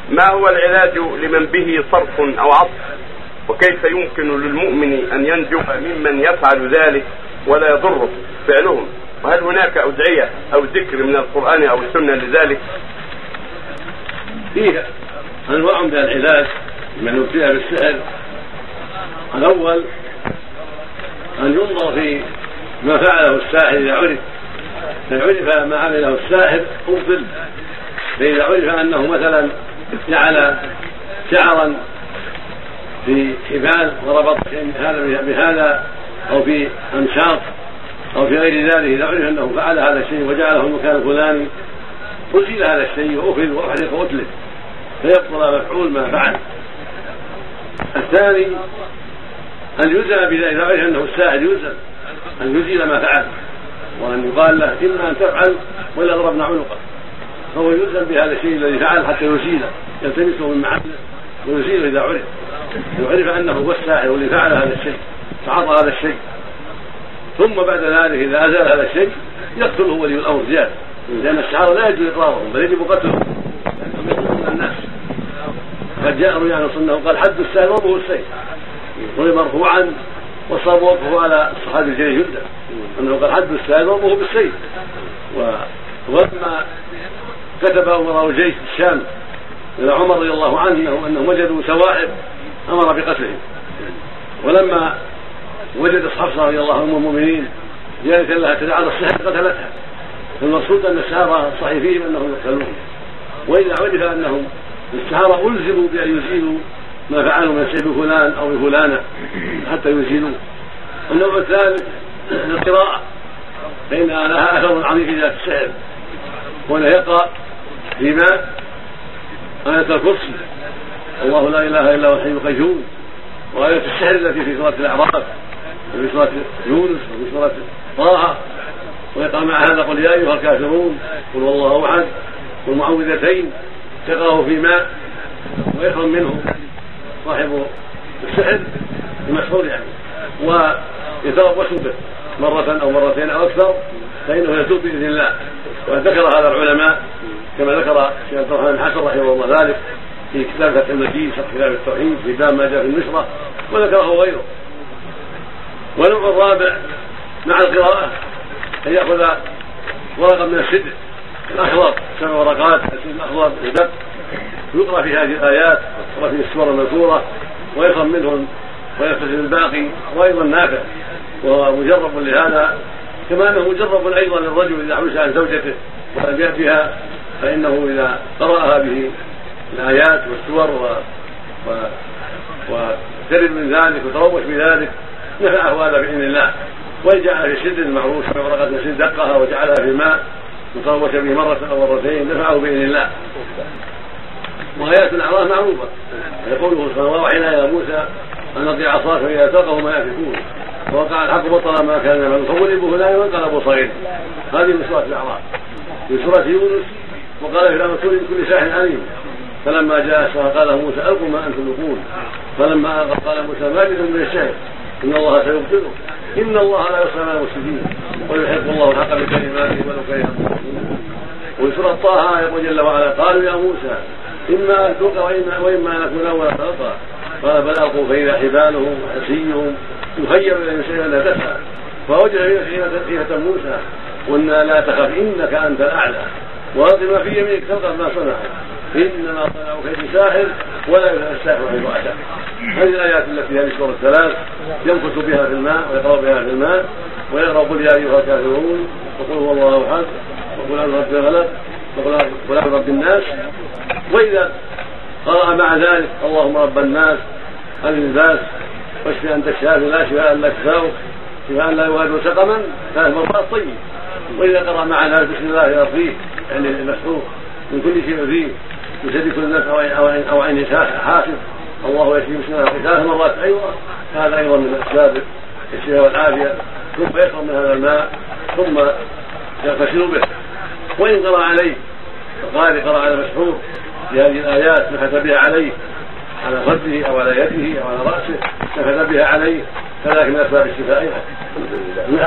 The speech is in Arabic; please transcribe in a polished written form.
ما هو العلاج لمن به صرف أو عطف؟ وكيف يمكن للمؤمن أن ينجو ممن يفعل ذلك ولا يضره فعلهم؟ وهل هناك أدعية أو ذكر من القرآن أو السنة لذلك؟ فيه أنواع من العلاج لمن ابتلي بالسحر. الأول أن ينظر في ما فعله الساحر إذا عرف، فإن عرف ما عمله الساحر أبطل، فإذا عرف أنه مثلا جعل شعرا في حبال وربط بهذا أو في أمشاط أو في غير ذلك، إذا عرف أنه فعل هذا الشيء وجعله في المكان الفلاني أزيل هذا الشيء وأخذ وأحرق وأتلف فيبطل مفعول ما فعل. الثاني أن يلزم بذلك، إذا عرف أنه الساحر يلزم أن يزيل ما فعل، وأن يقال له إما أن تفعل ولا ضربنا عنقه، فهو يلزم بهذا الشيء الذي فعل حتى يزيله، يلتمسه من محله ويزيله إذا عرف. لو عرف أنه هو الساحر واللي فعل هذا الشيء تعاطى هذا الشيء، ثم بعد ذلك إذا أزال هذا الشيء يقتله ولي الأمر زيادة، لأن السحرة لا يجوز إقرارهم بل يجب قتلهم لأنهم الناس. قد جاء روي عن أنه قال حد الساحر ضربه السيف، ضرب مرفوعا وصاب وقفه على الصحابي الجليل جدا أنه قال حد الساحر ضربه بالسيف. ولما كتب أمراء الجيش في الشام إلى عمر رضي الله عنه أنهم وجدوا سواحب أمر بقتلهم، ولما وجد حفصة رضي الله عنه المؤمنين جاءت لها تدعى السحر قتلتها. المقصود أن السحرة صحيح فيهم أنهم يقتلون، وإذا عرف أنهم السحرة ألزموا بأن يزيلوا ما فعلوا من سيف فلان أو بفلانة حتى يزيلوه. النوع الثالث القراءة، فإنها لها أثر عظيم في ذات السحر، وأنه يقرأ في ماء آية الكرسي الله لا إله إلا هو الحي القيوم، وآية السحر التي في سورة الأعراف وفي سورة يونس وفي سورة طه، ويقرأ مع هذا قل يا أيها الكافرون قل هو الله أحد والمعوذتين، يقرأه في ماء ويحرم منه صاحب السحر المسحور يعني، ويتربص به مرة أو مرتين أو أكثر فإنه يتوب بإذن الله. وقد ذكر هذا العلماء كما ذكر الشيخ عبد الرحمن بن حسن رحمه الله ذلك في كتاب فتح المجيد شرح كتاب التوحيد في باب ما جاء في النشرة، وذكره غيره. والنوع الرابع مع القراءة أن يأخذ ورقة من السدر الأخضر 7 ورقات السدر الأخضر بدق، يقرأ في هذه الآيات ويقرأ في السور المذكورة ويفهم منهم ويغتسل الباقي، وأيضا نافع وهو مجرب لهذا، كما أنه مجرب أيضا للرجل إذا حبس عن زوجته ولم يأتها فإنه إذا قرأها به الآيات والسور وترد من ذلك وتروش بذلك نفعه هذا بإذن الله. وإن جعل في السدر المعروف ورقة من السدر دقها وجعلها في الماء وتروش به مرة أو مرتين نفعه بإذن الله. وآيات الأعراف معروفة، يقوله صلى الله عليه وسلم يا موسى أن أطيع عصاك فإذا تلقوا ما يأفكون ووقع الحق بطل ما كان يعمل فغلبوا هنالك وانقلبوا صغيرين. هذه من سورة الأعراف. في سورة يونس وقال في الرسول بكل ساحر عليم، فلما جاء السحرة قال موسى ألقوا ما أنتم ملقون، فلما ألقى قال موسى ما جئتم من السحر إن الله سيبطله إن الله لا يصلح على المفسدين ويحب الله الحق بكلماته ولو كره المجرمون. وفي سورة طه يقول جل وعلا قالوا يا موسى إما أن تلقى وإما أن نكون أول خلقا قال بل ألقوا فإذا حبالهم وحصيهم يخيل إلى شيئا لا تسعى فوجد فيها موسى قلنا لا تخف إنك أنت الأعلى وألق ما في يمينك تلقف ما صنع إنما صنعوا كيد ساحر ولا يفلح الساحر حيث أتى. هذه الآيات التي هذه السور الثلاث ينفث بها في الماء ويقرأ بها في الماء ويقرأ قل يا أيها الكافرون وقل هو الله أحد وقل أعوذ برب الفلق وقل أعوذ برب الناس. وإذا قرأ مع ذلك اللهم رب الناس أذهب الباس واشف أنت الشافي لا شفاء إلا شفاؤك شفاء لا يغادر سقما 3 مرات طيب. وإذا قرأ مع ذلك بسم الله يرضيه يعني المسحور من كل شيء فيه يسد كل نفس أو عين حاسب الله يشفي بسم الله 3 مرات أيضا. هذا أيضا من أسباب الشفاء والعافية. ثم يشرب من هذا الماء ثم يغتسل به. وإن قرأ عليه فقال قرأ على المسحور بهذه الآيات نفث بها عليه على خده أو على يده أو على رأسه نفث بها عليه، فذلك من أسباب الشفاء.